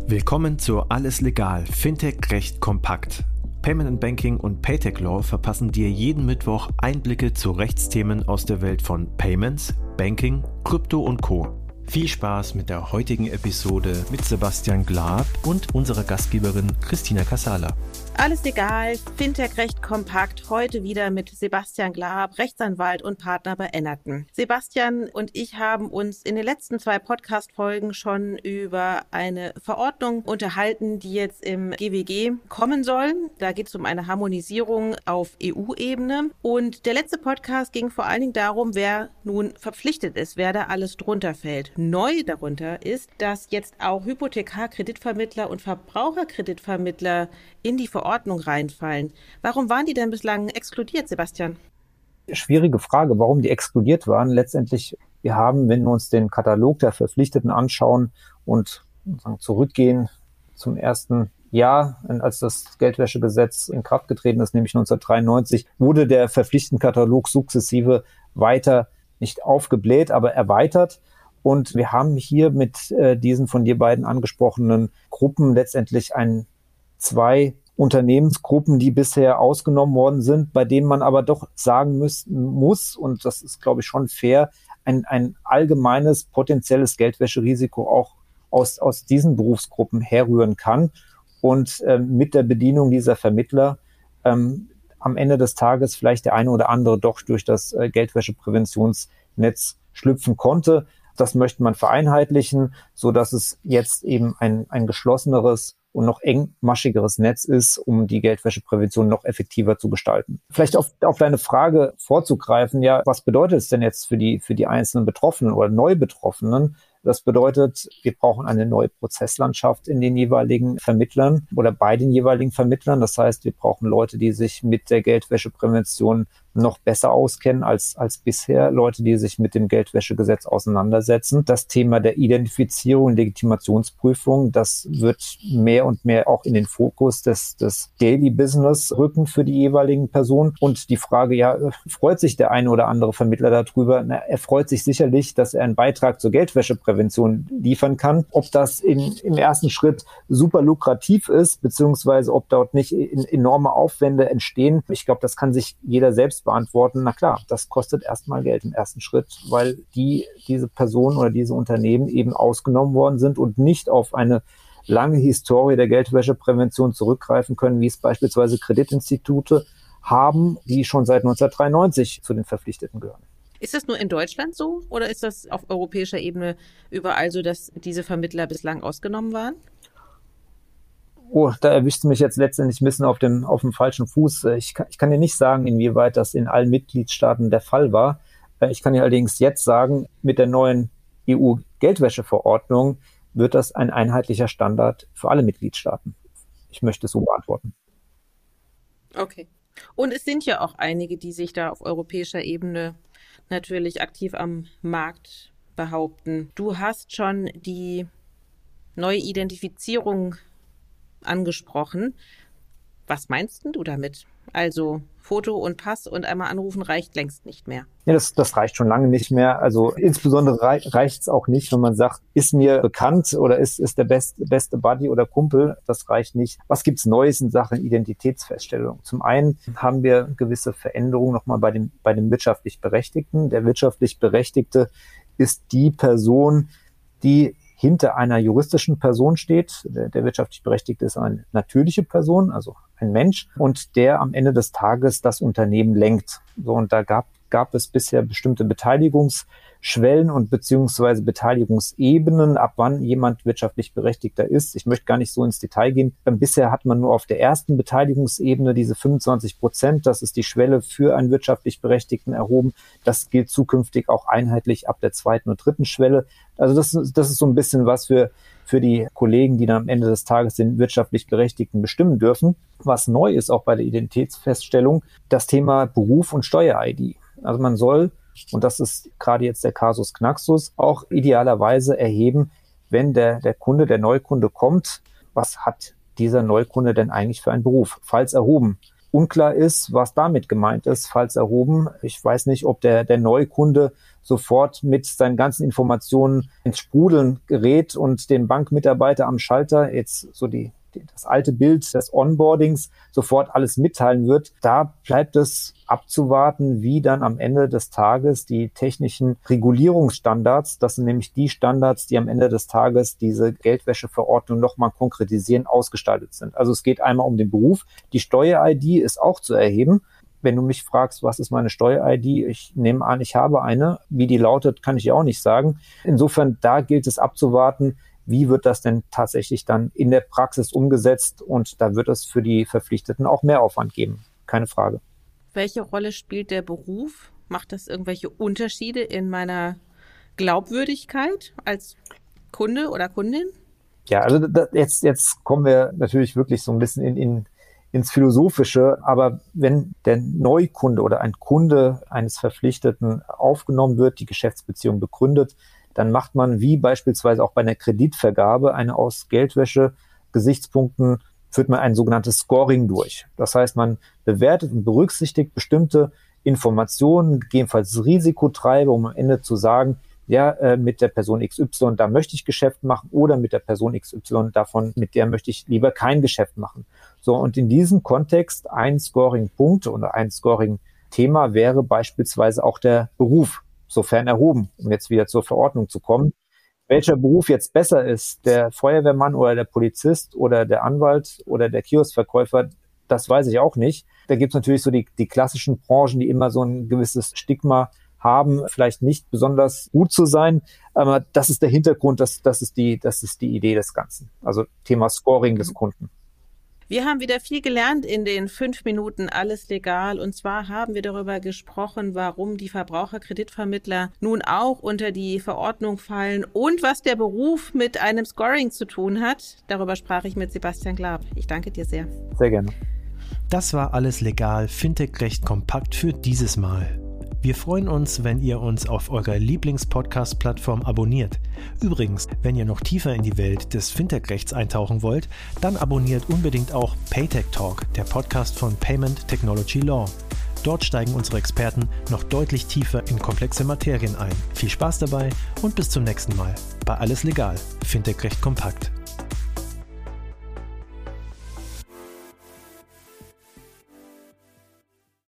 Willkommen zu Alles Legal, Fintech Recht kompakt. Payment and Banking und Paytech Law verpassen dir jeden Mittwoch Einblicke zu Rechtsthemen aus der Welt von Payments, Banking, Krypto und Co. Viel Spaß mit der heutigen Episode mit Sebastian Glab und unserer Gastgeberin Christina Casala. Alles Legal, Fintech Recht kompakt, heute wieder mit Sebastian Glab, Rechtsanwalt und Partner bei Ennerton. Sebastian und ich haben uns in den letzten 2 Podcast-Folgen schon über eine Verordnung unterhalten, die jetzt im GWG kommen soll. Da geht es um eine Harmonisierung auf EU-Ebene. Und der letzte Podcast ging vor allen Dingen darum, wer nun verpflichtet ist, wer da alles drunter fällt. Neu darunter ist, dass jetzt auch Hypothekar-Kreditvermittler und Verbraucherkreditvermittler in die Verordnung reinfallen. Warum waren die denn bislang exkludiert, Sebastian? Schwierige Frage, warum die exkludiert waren. Letztendlich, wir haben, wenn wir uns den Katalog der Verpflichteten anschauen und zurückgehen zum ersten Jahr, als das Geldwäschegesetz in Kraft getreten ist, nämlich 1993, wurde der Verpflichtenkatalog sukzessive weiter nicht aufgebläht, aber erweitert. Und wir haben hier mit diesen von dir beiden angesprochenen Gruppen letztendlich 2 Unternehmensgruppen, die bisher ausgenommen worden sind, bei denen man aber doch sagen muss, und das ist, glaube ich, schon fair, ein allgemeines potenzielles Geldwäscherisiko auch aus diesen Berufsgruppen herrühren kann. Und mit der Bedienung dieser Vermittler am Ende des Tages vielleicht der eine oder andere doch durch das Geldwäschepräventionsnetz schlüpfen konnte. Das möchte man vereinheitlichen, so dass es jetzt eben ein geschlosseneres und noch engmaschigeres Netz ist, um die Geldwäscheprävention noch effektiver zu gestalten. Vielleicht auf deine Frage vorzugreifen, ja, was bedeutet es denn jetzt für die einzelnen Betroffenen oder Neubetroffenen? Das bedeutet, wir brauchen eine neue Prozesslandschaft in den jeweiligen Vermittlern oder bei den jeweiligen Vermittlern. Das heißt, wir brauchen Leute, die sich mit der Geldwäscheprävention noch besser auskennen als bisher, Leute, die sich mit dem Geldwäschegesetz auseinandersetzen. Das Thema der Identifizierung und Legitimationsprüfung, das wird mehr und mehr auch in den Fokus des Daily Business rücken für die jeweiligen Personen. Und die Frage, ja, freut sich der eine oder andere Vermittler darüber? Na, er freut sich sicherlich, dass er einen Beitrag zur Geldwäscheprävention liefern kann. Ob das im ersten Schritt super lukrativ ist, beziehungsweise ob dort nicht enorme Aufwände entstehen, ich glaube, das kann sich jeder selbst beantworten. Na klar, das kostet erstmal Geld im ersten Schritt, weil diese Personen oder diese Unternehmen eben ausgenommen worden sind und nicht auf eine lange Historie der Geldwäscheprävention zurückgreifen können, wie es beispielsweise Kreditinstitute haben, die schon seit 1993 zu den Verpflichteten gehören. Ist das nur in Deutschland so oder ist das auf europäischer Ebene überall so, dass diese Vermittler bislang ausgenommen waren? Oh, da erwischst du mich jetzt letztendlich ein bisschen auf dem falschen Fuß. Ich kann dir nicht sagen, inwieweit das in allen Mitgliedstaaten der Fall war. Ich kann dir allerdings jetzt sagen, mit der neuen EU-Geldwäscheverordnung wird das ein einheitlicher Standard für alle Mitgliedstaaten. Ich möchte es so beantworten. Okay. Und es sind ja auch einige, die sich da auf europäischer Ebene natürlich aktiv am Markt behaupten. Du hast schon die neue Identifizierung angesprochen. Was meinst du damit? Also Foto und Pass und einmal anrufen reicht längst nicht mehr. Ja, das reicht schon lange nicht mehr. Also insbesondere reicht es auch nicht, wenn man sagt, ist mir bekannt oder ist der beste Buddy oder Kumpel. Das reicht nicht. Was gibt's Neues in Sachen Identitätsfeststellung? Zum einen haben wir gewisse Veränderungen nochmal bei dem wirtschaftlich Berechtigten. Der wirtschaftlich Berechtigte ist die Person, die hinter einer juristischen Person steht. Der wirtschaftlich Berechtigte ist eine natürliche Person, also ein Mensch, und der am Ende des Tages das Unternehmen lenkt. So, und da gab es bisher bestimmte Beteiligungsschwellen und beziehungsweise Beteiligungsebenen, ab wann jemand wirtschaftlich Berechtigter ist. Ich möchte gar nicht so ins Detail gehen. Bisher hat man nur auf der ersten Beteiligungsebene diese 25%, das ist die Schwelle für einen wirtschaftlich Berechtigten erhoben. Das gilt zukünftig auch einheitlich ab der zweiten und dritten Schwelle. Also das ist so ein bisschen was für die Kollegen, die dann am Ende des Tages den wirtschaftlich Berechtigten bestimmen dürfen. Was neu ist auch bei der Identitätsfeststellung, das Thema Beruf und Steuer-ID. Also man soll, und das ist gerade jetzt der Kasus Knaxus, auch idealerweise erheben, wenn der Neukunde kommt, was hat dieser Neukunde denn eigentlich für einen Beruf? Falls erhoben. Unklar ist, was damit gemeint ist, falls erhoben. Ich weiß nicht, ob der Neukunde sofort mit seinen ganzen Informationen ins Sprudeln gerät und dem Bankmitarbeiter am Schalter jetzt so das alte Bild des Onboardings sofort alles mitteilen wird. Da bleibt es abzuwarten, wie dann am Ende des Tages die technischen Regulierungsstandards, das sind nämlich die Standards, die am Ende des Tages diese Geldwäscheverordnung nochmal konkretisieren, ausgestaltet sind. Also es geht einmal um den Beruf. Die Steuer-ID ist auch zu erheben. Wenn du mich fragst, was ist meine Steuer-ID? Ich nehme an, ich habe eine. Wie die lautet, kann ich ja auch nicht sagen. Insofern, da gilt es abzuwarten, wie wird das denn tatsächlich dann in der Praxis umgesetzt? Und da wird es für die Verpflichteten auch mehr Aufwand geben. Keine Frage. Welche Rolle spielt der Beruf? Macht das irgendwelche Unterschiede in meiner Glaubwürdigkeit als Kunde oder Kundin? Ja, also jetzt kommen wir natürlich wirklich so ein bisschen ins Philosophische. Aber wenn der Neukunde oder ein Kunde eines Verpflichteten aufgenommen wird, die Geschäftsbeziehung begründet, dann macht man wie beispielsweise auch bei einer Kreditvergabe aus Geldwäsche-Gesichtspunkten führt man ein sogenanntes Scoring durch. Das heißt, man bewertet und berücksichtigt bestimmte Informationen, gegebenenfalls Risikotreiber, um am Ende zu sagen, ja, mit der Person XY, da möchte ich Geschäft machen oder mit der Person XY, mit der möchte ich lieber kein Geschäft machen. So, und in diesem Kontext ein Scoring-Punkt oder ein Scoring-Thema wäre beispielsweise auch der Beruf, sofern erhoben, um jetzt wieder zur Verordnung zu kommen. Welcher Beruf jetzt besser ist, der Feuerwehrmann oder der Polizist oder der Anwalt oder der Kioskverkäufer, das weiß ich auch nicht. Da gibt es natürlich so die klassischen Branchen, die immer so ein gewisses Stigma haben, vielleicht nicht besonders gut zu sein, aber das ist der Hintergrund, das ist die Idee des Ganzen. Also Thema Scoring des Kunden. Wir haben wieder viel gelernt in den 5 Minuten Alles legal. Und zwar haben wir darüber gesprochen, warum die Verbraucherkreditvermittler nun auch unter die Verordnung fallen und was der Beruf mit einem Scoring zu tun hat. Darüber sprach ich mit Sebastian Glab. Ich danke dir sehr. Sehr gerne. Das war Alles legal, Fintech recht kompakt für dieses Mal. Wir freuen uns, wenn ihr uns auf eurer Lieblings-Podcast-Plattform abonniert. Übrigens, wenn ihr noch tiefer in die Welt des Fintech-Rechts eintauchen wollt, dann abonniert unbedingt auch Paytech Talk, der Podcast von Payment Technology Law. Dort steigen unsere Experten noch deutlich tiefer in komplexe Materien ein. Viel Spaß dabei und bis zum nächsten Mal bei Alles legal, Fintech recht kompakt.